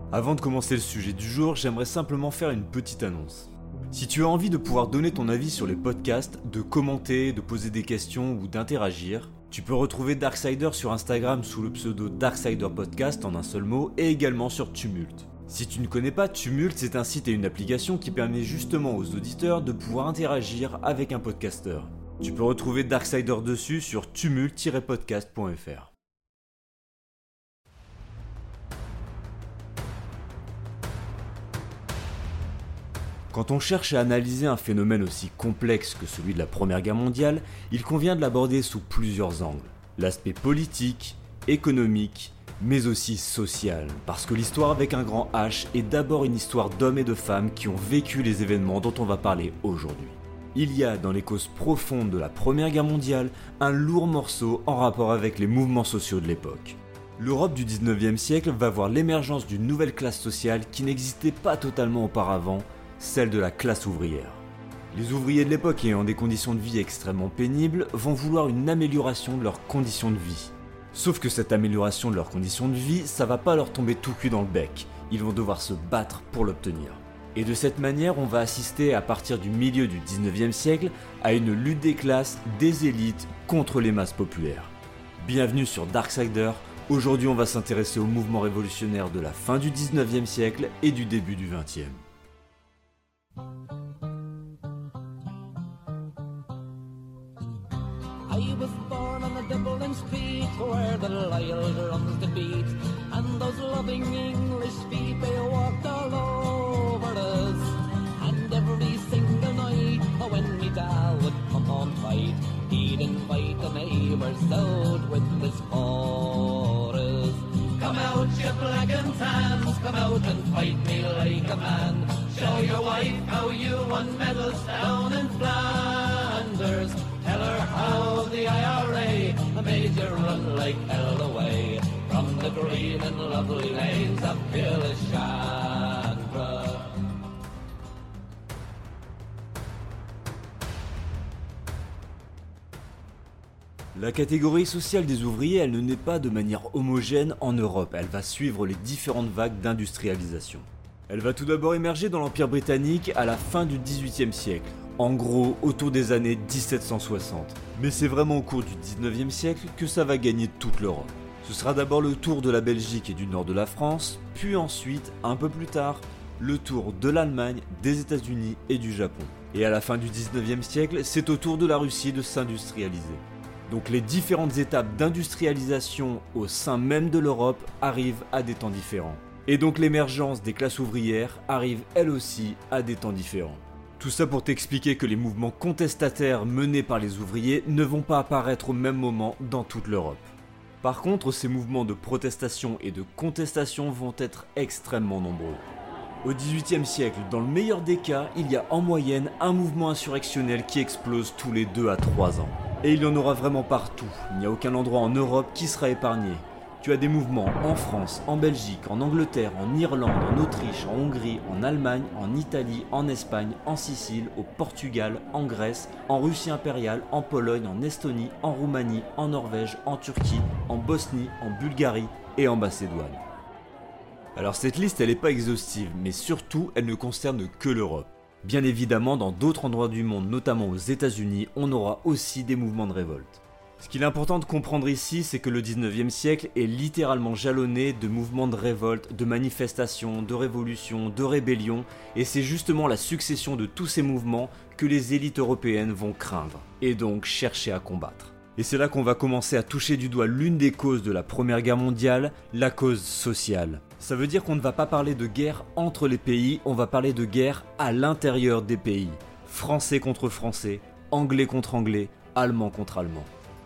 Avant de commencer le sujet du jour, j'aimerais simplement faire une petite annonce. Si tu as envie de pouvoir donner ton avis sur les podcasts, de commenter, de poser des questions ou d'interagir, tu peux retrouver Darksider sur Instagram sous le pseudo Darksider Podcast en un seul mot et également sur Tumult. Si tu ne connais pas Tumult, c'est un site et une application qui permet justement aux auditeurs de pouvoir interagir avec un podcasteur. Tu peux retrouver Darksider dessus sur tumult-podcast.fr. Quand on cherche à analyser un phénomène aussi complexe que celui de la Première Guerre mondiale, il convient de l'aborder sous plusieurs angles. L'aspect politique, économique, mais aussi social, parce que l'histoire avec un grand H est d'abord une histoire d'hommes et de femmes qui ont vécu les événements dont on va parler aujourd'hui. Il y a dans les causes profondes de la Première Guerre mondiale un lourd morceau en rapport avec les mouvements sociaux de l'époque. L'Europe du 19e siècle va voir l'émergence d'une nouvelle classe sociale qui n'existait pas totalement auparavant, celle de la classe ouvrière. Les ouvriers de l'époque ayant des conditions de vie extrêmement pénibles vont vouloir une amélioration de leurs conditions de vie. Sauf que cette amélioration de leurs conditions de vie, ça va pas leur tomber tout cuit dans le bec, ils vont devoir se battre pour l'obtenir. Et de cette manière, on va assister à partir du milieu du 19e siècle à une lutte des classes, des élites contre les masses populaires. Bienvenue sur Darksider, aujourd'hui on va s'intéresser au mouvement révolutionnaire de la fin du 19e siècle et du début du 20e. I was born on the Dublin street where the Lyle runs the beat, and those loving English feet they walked all over us. And every single night when me dad would come home tight, he'd invite the neighbours out with his chorus. Come out, you black and tans, come out and fight me like a man. Show your wife how you won medals down in Flanders. Tell her how the IRA made you run like hell away from the green and lovely lanes of Pillishandra. La catégorie sociale des ouvriers, elle ne naît pas de manière homogène en Europe, elle va suivre les différentes vagues d'industrialisation. Elle va tout d'abord émerger dans l'Empire britannique à la fin du XVIIIe siècle, en gros autour des années 1760. Mais c'est vraiment au cours du XIXe siècle que ça va gagner toute l'Europe. Ce sera d'abord le tour de la Belgique et du nord de la France, puis ensuite, un peu plus tard, le tour de l'Allemagne, des États-Unis et du Japon. Et à la fin du XIXe siècle, c'est au tour de la Russie de s'industrialiser. Donc les différentes étapes d'industrialisation au sein même de l'Europe arrivent à des temps différents. Et donc l'émergence des classes ouvrières arrive elle aussi à des temps différents. Tout ça pour t'expliquer que les mouvements contestataires menés par les ouvriers ne vont pas apparaître au même moment dans toute l'Europe. Par contre, ces mouvements de protestation et de contestation vont être extrêmement nombreux. Au XVIIIe siècle, dans le meilleur des cas, il y a en moyenne un mouvement insurrectionnel qui explose tous les 2 à 3 ans. Et il y en aura vraiment partout, il n'y a aucun endroit en Europe qui sera épargné. Tu as des mouvements en France, en Belgique, en Angleterre, en Irlande, en Autriche, en Hongrie, en Allemagne, en Italie, en Espagne, en Sicile, au Portugal, en Grèce, en Russie impériale, en Pologne, en Estonie, en Roumanie, en Norvège, en Turquie, en Bosnie, en Bulgarie et en Macédoine. Alors cette liste elle n'est pas exhaustive, mais surtout elle ne concerne que l'Europe. Bien évidemment dans d'autres endroits du monde, notamment aux États-Unis, on aura aussi des mouvements de révolte. Ce qu'il est important de comprendre ici, c'est que le 19e siècle est littéralement jalonné de mouvements de révolte, de manifestations, de révolutions, de rébellions, et c'est justement la succession de tous ces mouvements que les élites européennes vont craindre, et donc chercher à combattre. Et c'est là qu'on va commencer à toucher du doigt l'une des causes de la Première Guerre mondiale, la cause sociale. Ça veut dire qu'on ne va pas parler de guerre entre les pays, on va parler de guerre à l'intérieur des pays. Français contre Français, Anglais contre Anglais, Allemands contre Allemands.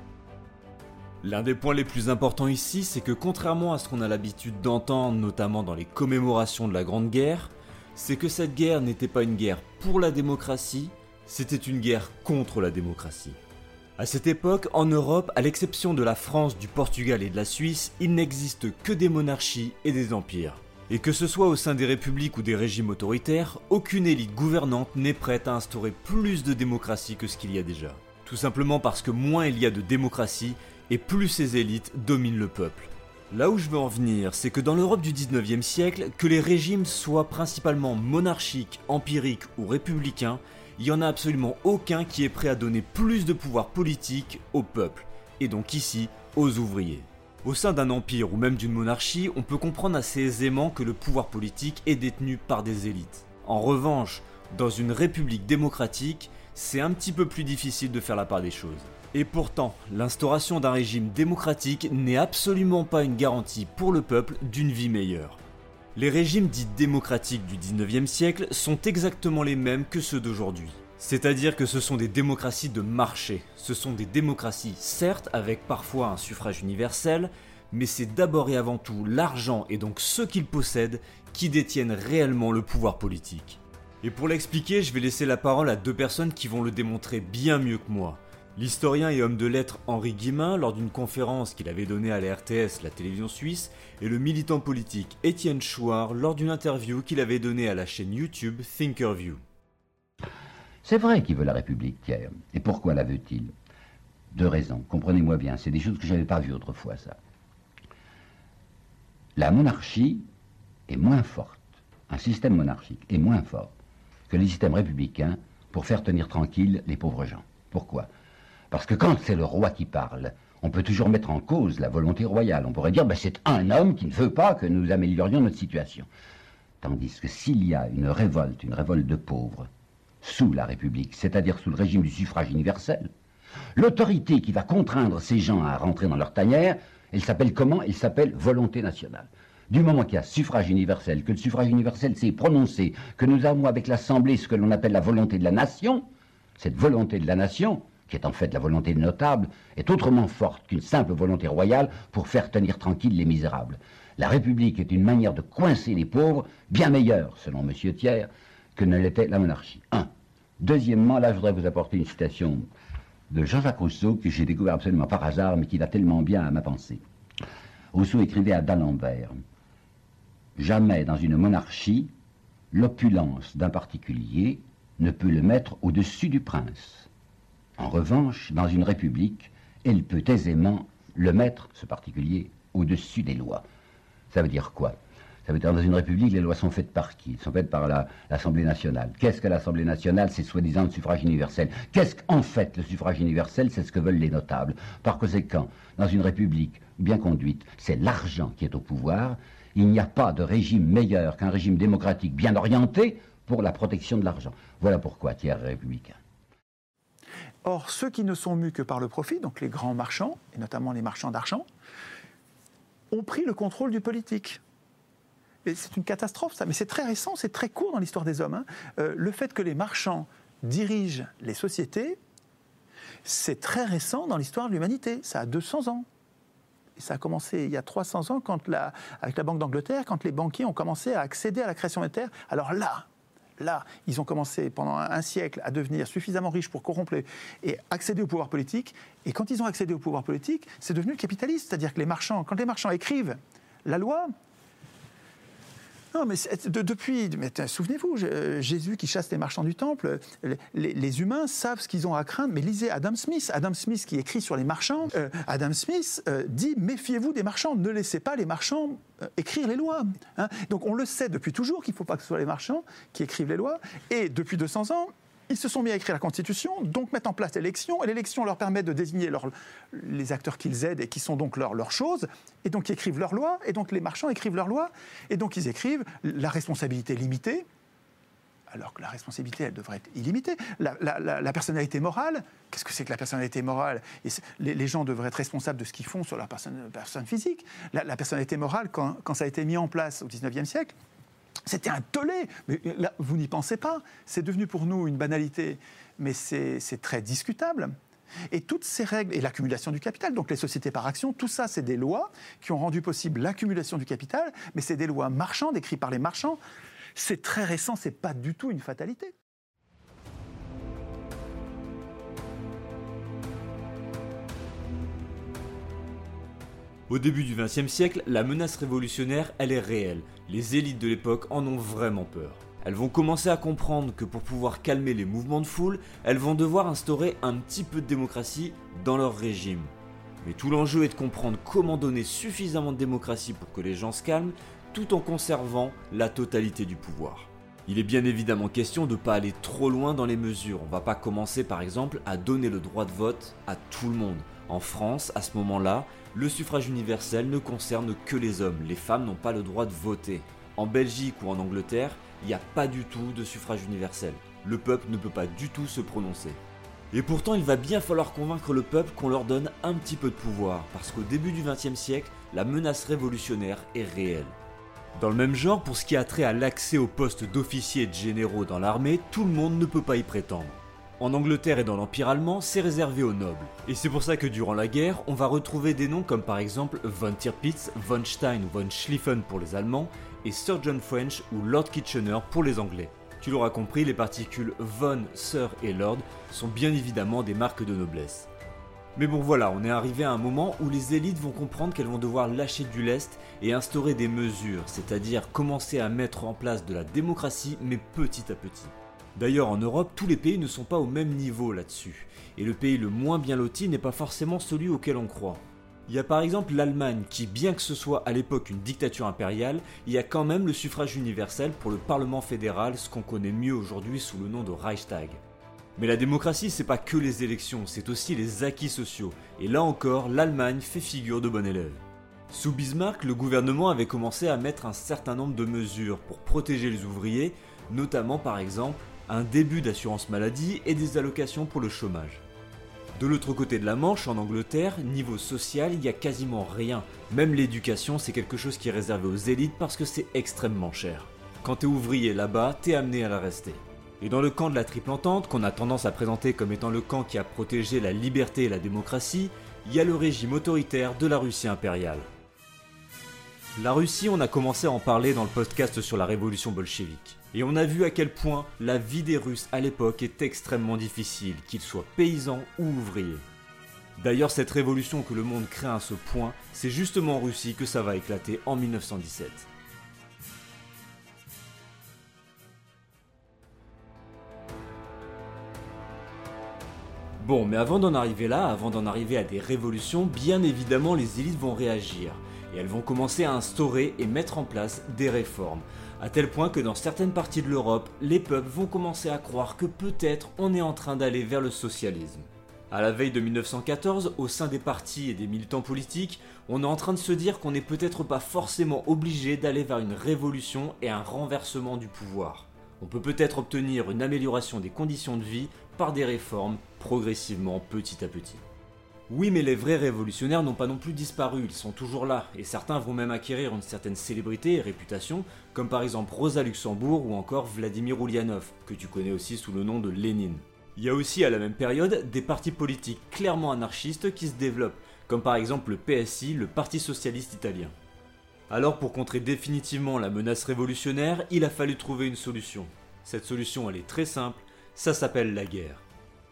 L'un des points les plus importants ici, c'est que contrairement à ce qu'on a l'habitude d'entendre, notamment dans les commémorations de la Grande Guerre, c'est que cette guerre n'était pas une guerre pour la démocratie, c'était une guerre contre la démocratie. À cette époque, en Europe, à l'exception de la France, du Portugal et de la Suisse, il n'existe que des monarchies et des empires. Et que ce soit au sein des républiques ou des régimes autoritaires, aucune élite gouvernante n'est prête à instaurer plus de démocratie que ce qu'il y a déjà. Tout simplement parce que moins il y a de démocratie, et plus ces élites dominent le peuple. Là où je veux en venir, c'est que dans l'Europe du 19e siècle, que les régimes soient principalement monarchiques, empiriques ou républicains, il n'y en a absolument aucun qui est prêt à donner plus de pouvoir politique au peuple, et donc ici, aux ouvriers. Au sein d'un empire ou même d'une monarchie, on peut comprendre assez aisément que le pouvoir politique est détenu par des élites. En revanche, dans une république démocratique, c'est un petit peu plus difficile de faire la part des choses. Et pourtant, l'instauration d'un régime démocratique n'est absolument pas une garantie pour le peuple d'une vie meilleure. Les régimes dits démocratiques du 19e siècle sont exactement les mêmes que ceux d'aujourd'hui. C'est-à-dire que ce sont des démocraties de marché. Ce sont des démocraties, certes, avec parfois un suffrage universel, mais c'est d'abord et avant tout l'argent et donc ceux qu'ils possèdent qui détiennent réellement le pouvoir politique. Et pour l'expliquer, je vais laisser la parole à deux personnes qui vont le démontrer bien mieux que moi. L'historien et homme de lettres Henri Guillemin, lors d'une conférence qu'il avait donnée à la RTS, la télévision suisse, et le militant politique Étienne Chouard, lors d'une interview qu'il avait donnée à la chaîne YouTube Thinkerview. C'est vrai qu'il veut la République, Pierre. Et pourquoi la veut-il? Deux raisons, comprenez-moi bien, c'est des choses que je n'avais pas vues autrefois, ça. La monarchie est moins forte, un système monarchique est moins fort que les systèmes républicains pour faire tenir tranquilles les pauvres gens. Pourquoi? Parce que quand c'est le roi qui parle, on peut toujours mettre en cause la volonté royale. On pourrait dire, c'est un homme qui ne veut pas que nous améliorions notre situation. Tandis que s'il y a une révolte de pauvres, sous la République, c'est-à-dire sous le régime du suffrage universel, l'autorité qui va contraindre ces gens à rentrer dans leur tanière, elle s'appelle comment? Elle s'appelle volonté nationale. Du moment qu'il y a suffrage universel, que le suffrage universel s'est prononcé, que nous avons avec l'Assemblée ce que l'on appelle la volonté de la nation, cette volonté de la nation, qui est en fait la volonté des notables, est autrement forte qu'une simple volonté royale pour faire tenir tranquilles les misérables. La République est une manière de coincer les pauvres, bien meilleure, selon M. Thiers, que ne l'était la monarchie. Deuxièmement, là je voudrais vous apporter une citation de Jean-Jacques Rousseau que j'ai découvert absolument par hasard, mais qui va tellement bien à ma pensée. Rousseau écrivait à d'Alembert: jamais dans une monarchie, l'opulence d'un particulier ne peut le mettre au-dessus du prince. En revanche, dans une république, elle peut aisément le mettre, ce particulier, au-dessus des lois. Ça veut dire quoi? Ça veut dire, dans une république, les lois sont faites par qui? Elles sont faites par l'Assemblée nationale. Qu'est-ce que l'Assemblée nationale? C'est soi-disant le suffrage universel. Qu'est-ce qu'en fait le suffrage universel? C'est ce que veulent les notables. Par conséquent, dans une république bien conduite, c'est l'argent qui est au pouvoir. Il n'y a pas de régime meilleur qu'un régime démocratique bien orienté pour la protection de l'argent. Voilà pourquoi Thiers est républicain. Or, ceux qui ne sont mus que par le profit, donc les grands marchands, et notamment les marchands d'argent, ont pris le contrôle du politique. Et c'est une catastrophe, ça, mais c'est très récent, c'est très court dans l'histoire des hommes. Le fait que les marchands dirigent les sociétés, c'est très récent dans l'histoire de l'humanité. Ça a 200 ans. Et ça a commencé il y a 300 ans avec la Banque d'Angleterre, quand les banquiers ont commencé à accéder à la création monétaire. Alors là, ils ont commencé pendant un siècle à devenir suffisamment riches pour corrompre et accéder au pouvoir politique. Et quand ils ont accédé au pouvoir politique, c'est devenu capitaliste. C'est-à-dire que quand les marchands écrivent la loi... Non, mais souvenez-vous, Jésus qui chasse les marchands du temple, les humains savent ce qu'ils ont à craindre. Mais lisez Adam Smith qui écrit sur les marchands. Adam Smith dit: méfiez-vous des marchands, ne laissez pas les marchands écrire les lois. Donc on le sait depuis toujours qu'il ne faut pas que ce soit les marchands qui écrivent les lois. Et depuis 200 ans, ils se sont mis à écrire la Constitution, donc mettent en place l'élection, et l'élection leur permet de désigner les acteurs qu'ils aident et qui sont donc leurs choses, et donc ils écrivent leurs lois, et donc les marchands écrivent leurs lois, et donc ils écrivent la responsabilité limitée, alors que la responsabilité, elle devrait être illimitée. La personnalité morale, qu'est-ce que c'est que la personnalité morale? Et les gens devraient être responsables de ce qu'ils font sur leur personne physique. La personnalité morale, quand ça a été mis en place au XIXe siècle, c'était un tollé, mais là, vous n'y pensez pas. C'est devenu pour nous une banalité, mais c'est très discutable. Et toutes ces règles, et l'accumulation du capital, donc les sociétés par action, tout ça, c'est des lois qui ont rendu possible l'accumulation du capital, mais c'est des lois marchandes, écrites par les marchands. C'est très récent, c'est pas du tout une fatalité. Au début du XXe siècle, la menace révolutionnaire, elle est réelle. Les élites de l'époque en ont vraiment peur. Elles vont commencer à comprendre que pour pouvoir calmer les mouvements de foule, elles vont devoir instaurer un petit peu de démocratie dans leur régime. Mais tout l'enjeu est de comprendre comment donner suffisamment de démocratie pour que les gens se calment, tout en conservant la totalité du pouvoir. Il est bien évidemment question de ne pas aller trop loin dans les mesures. On va pas commencer par exemple à donner le droit de vote à tout le monde. En France, à ce moment-là, le suffrage universel ne concerne que les hommes. Les femmes n'ont pas le droit de voter. En Belgique ou en Angleterre, il n'y a pas du tout de suffrage universel. Le peuple ne peut pas du tout se prononcer. Et pourtant, il va bien falloir convaincre le peuple qu'on leur donne un petit peu de pouvoir, parce qu'au début du XXe siècle, la menace révolutionnaire est réelle. Dans le même genre, pour ce qui a trait à l'accès aux postes d'officiers et de généraux dans l'armée, tout le monde ne peut pas y prétendre. En Angleterre et dans l'Empire allemand, c'est réservé aux nobles. Et c'est pour ça que durant la guerre, on va retrouver des noms comme par exemple von Tirpitz, von Stein ou von Schlieffen pour les Allemands, et Sir John French ou Lord Kitchener pour les Anglais. Tu l'auras compris, les particules von, sir et lord sont bien évidemment des marques de noblesse. Mais bon voilà, on est arrivé à un moment où les élites vont comprendre qu'elles vont devoir lâcher du lest et instaurer des mesures, c'est-à-dire commencer à mettre en place de la démocratie, mais petit à petit. D'ailleurs en Europe, tous les pays ne sont pas au même niveau là-dessus, et le pays le moins bien loti n'est pas forcément celui auquel on croit. Il y a par exemple l'Allemagne qui, bien que ce soit à l'époque une dictature impériale, il y a quand même le suffrage universel pour le Parlement fédéral, ce qu'on connaît mieux aujourd'hui sous le nom de Reichstag. Mais la démocratie, c'est pas que les élections, c'est aussi les acquis sociaux, et là encore, l'Allemagne fait figure de bon élève. Sous Bismarck, le gouvernement avait commencé à mettre un certain nombre de mesures pour protéger les ouvriers, notamment par exemple un début d'assurance maladie et des allocations pour le chômage. De l'autre côté de la Manche, en Angleterre, niveau social, il n'y a quasiment rien. Même l'éducation, c'est quelque chose qui est réservé aux élites parce que c'est extrêmement cher. Quand t'es ouvrier là-bas, t'es amené à la rester. Et dans le camp de la Triple Entente, qu'on a tendance à présenter comme étant le camp qui a protégé la liberté et la démocratie, il y a le régime autoritaire de la Russie impériale. La Russie, on a commencé à en parler dans le podcast sur la révolution bolchevique. Et on a vu à quel point la vie des Russes à l'époque est extrêmement difficile, qu'ils soient paysans ou ouvriers. D'ailleurs, cette révolution que le monde craint à ce point, c'est justement en Russie que ça va éclater en 1917. Bon, mais avant d'en arriver là, avant d'en arriver à des révolutions, bien évidemment les élites vont réagir. Et elles vont commencer à instaurer et mettre en place des réformes. À tel point que dans certaines parties de l'Europe, les peuples vont commencer à croire que peut-être on est en train d'aller vers le socialisme. À la veille de 1914, au sein des partis et des militants politiques, on est en train de se dire qu'on n'est peut-être pas forcément obligé d'aller vers une révolution et un renversement du pouvoir. On peut peut-être obtenir une amélioration des conditions de vie par des réformes progressivement petit à petit. Oui, mais les vrais révolutionnaires n'ont pas non plus disparu, ils sont toujours là, et certains vont même acquérir une certaine célébrité et réputation, comme par exemple Rosa Luxembourg ou encore Vladimir Ulyanov, que tu connais aussi sous le nom de Lénine. Il y a aussi à la même période des partis politiques clairement anarchistes qui se développent, comme par exemple le PSI, le Parti Socialiste Italien. Alors pour contrer définitivement la menace révolutionnaire, il a fallu trouver une solution. Cette solution elle est très simple, ça s'appelle la guerre.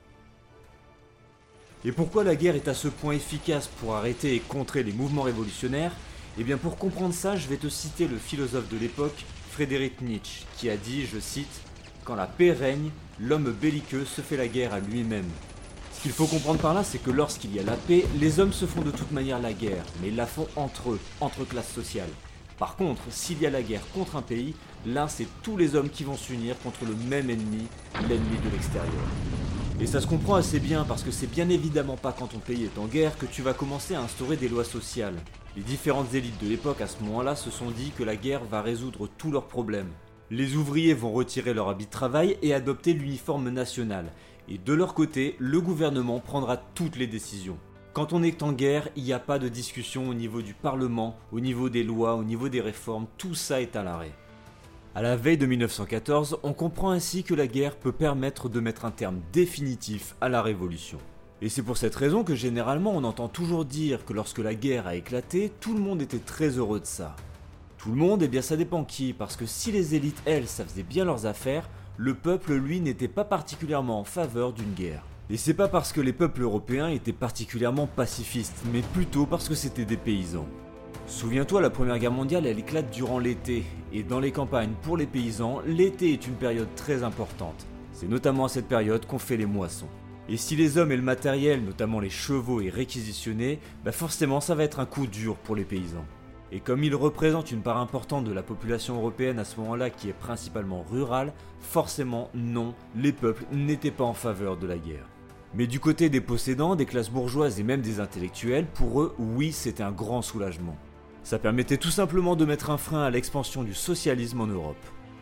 Et pourquoi la guerre est à ce point efficace pour arrêter et contrer les mouvements révolutionnaires ? Eh bien pour comprendre ça, je vais te citer le philosophe de l'époque, Friedrich Nietzsche, qui a dit, je cite, « Quand la paix règne, l'homme belliqueux se fait la guerre à lui-même. » Ce qu'il faut comprendre par là, c'est que lorsqu'il y a la paix, les hommes se font de toute manière la guerre, mais ils la font entre eux, entre classes sociales. Par contre, s'il y a la guerre contre un pays, là c'est tous les hommes qui vont s'unir contre le même ennemi, l'ennemi de l'extérieur. Et ça se comprend assez bien parce que c'est bien évidemment pas quand ton pays est en guerre que tu vas commencer à instaurer des lois sociales. Les différentes élites de l'époque à ce moment-là se sont dit que la guerre va résoudre tous leurs problèmes. Les ouvriers vont retirer leur habit de travail et adopter l'uniforme national. Et de leur côté, le gouvernement prendra toutes les décisions. Quand on est en guerre, il n'y a pas de discussion au niveau du Parlement, au niveau des lois, au niveau des réformes, tout ça est à l'arrêt. À la veille de 1914, on comprend ainsi que la guerre peut permettre de mettre un terme définitif à la révolution. Et c'est pour cette raison que généralement on entend toujours dire que lorsque la guerre a éclaté, tout le monde était très heureux de ça. Tout le monde, eh bien ça dépend qui, parce que si les élites, elles, ça faisait bien leurs affaires, le peuple, lui, n'était pas particulièrement en faveur d'une guerre. Et c'est pas parce que les peuples européens étaient particulièrement pacifistes, mais plutôt parce que c'était des paysans. Souviens-toi, la Première Guerre mondiale, elle éclate durant l'été, et dans les campagnes, pour les paysans, l'été est une période très importante. C'est notamment à cette période qu'on fait les moissons. Et si les hommes et le matériel, notamment les chevaux, est réquisitionné, forcément ça va être un coup dur pour les paysans. Et comme ils représentent une part importante de la population européenne à ce moment-là qui est principalement rurale, forcément non, les peuples n'étaient pas en faveur de la guerre. Mais du côté des possédants, des classes bourgeoises et même des intellectuels, pour eux, oui, c'était un grand soulagement. Ça permettait tout simplement de mettre un frein à l'expansion du socialisme en Europe.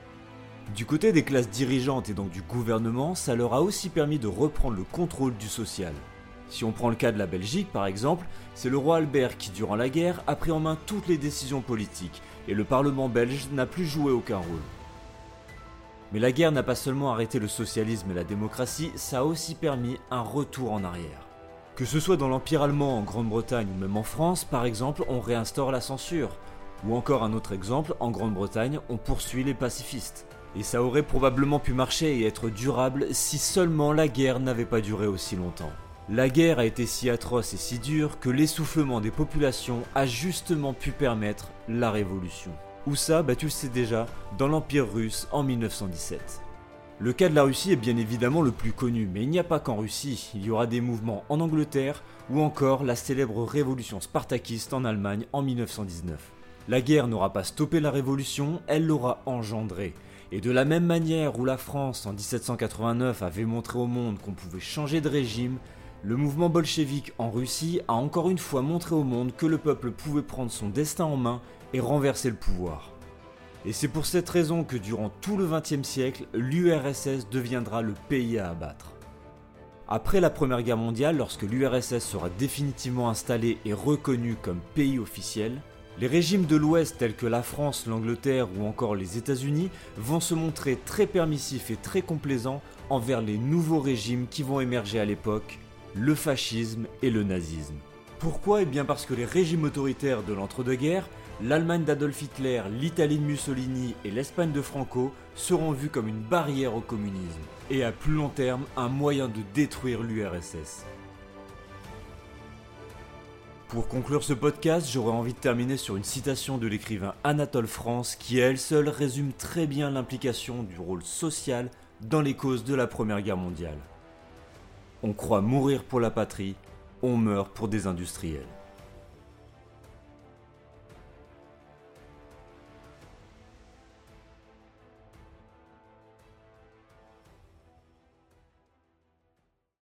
Du côté des classes dirigeantes et donc du gouvernement, ça leur a aussi permis de reprendre le contrôle du social. Si on prend le cas de la Belgique par exemple, c'est le roi Albert qui durant la guerre a pris en main toutes les décisions politiques et le parlement belge n'a plus joué aucun rôle. Mais la guerre n'a pas seulement arrêté le socialisme et la démocratie, ça a aussi permis un retour en arrière. Que ce soit dans l'Empire allemand en Grande-Bretagne ou même en France, par exemple, on réinstaure la censure. Ou encore un autre exemple, en Grande-Bretagne, on poursuit les pacifistes. Et ça aurait probablement pu marcher et être durable si seulement la guerre n'avait pas duré aussi longtemps. La guerre a été si atroce et si dure que l'essoufflement des populations a justement pu permettre la révolution. Où ça, tu le sais déjà, dans l'Empire russe en 1917. Le cas de la Russie est bien évidemment le plus connu, mais il n'y a pas qu'en Russie, il y aura des mouvements en Angleterre ou encore la célèbre révolution spartakiste en Allemagne en 1919. La guerre n'aura pas stoppé la révolution, elle l'aura engendrée. Et de la même manière où la France en 1789 avait montré au monde qu'on pouvait changer de régime, le mouvement bolchevique en Russie a encore une fois montré au monde que le peuple pouvait prendre son destin en main et renverser le pouvoir. Et c'est pour cette raison que durant tout le XXe siècle, l'URSS deviendra le pays à abattre. Après la Première Guerre mondiale, lorsque l'URSS sera définitivement installée et reconnue comme pays officiel, les régimes de l'Ouest tels que la France, l'Angleterre ou encore les États-Unis vont se montrer très permissifs et très complaisants envers les nouveaux régimes qui vont émerger à l'époque, le fascisme et le nazisme. Pourquoi ? Parce que les régimes autoritaires de l'entre-deux-guerres, l'Allemagne d'Adolf Hitler, l'Italie de Mussolini et l'Espagne de Franco seront vus comme une barrière au communisme et à plus long terme un moyen de détruire l'URSS. Pour conclure ce podcast, j'aurais envie de terminer sur une citation de l'écrivain Anatole France qui à elle seule résume très bien l'implication du rôle social dans les causes de la Première Guerre mondiale. On croit mourir pour la patrie, on meurt pour des industriels.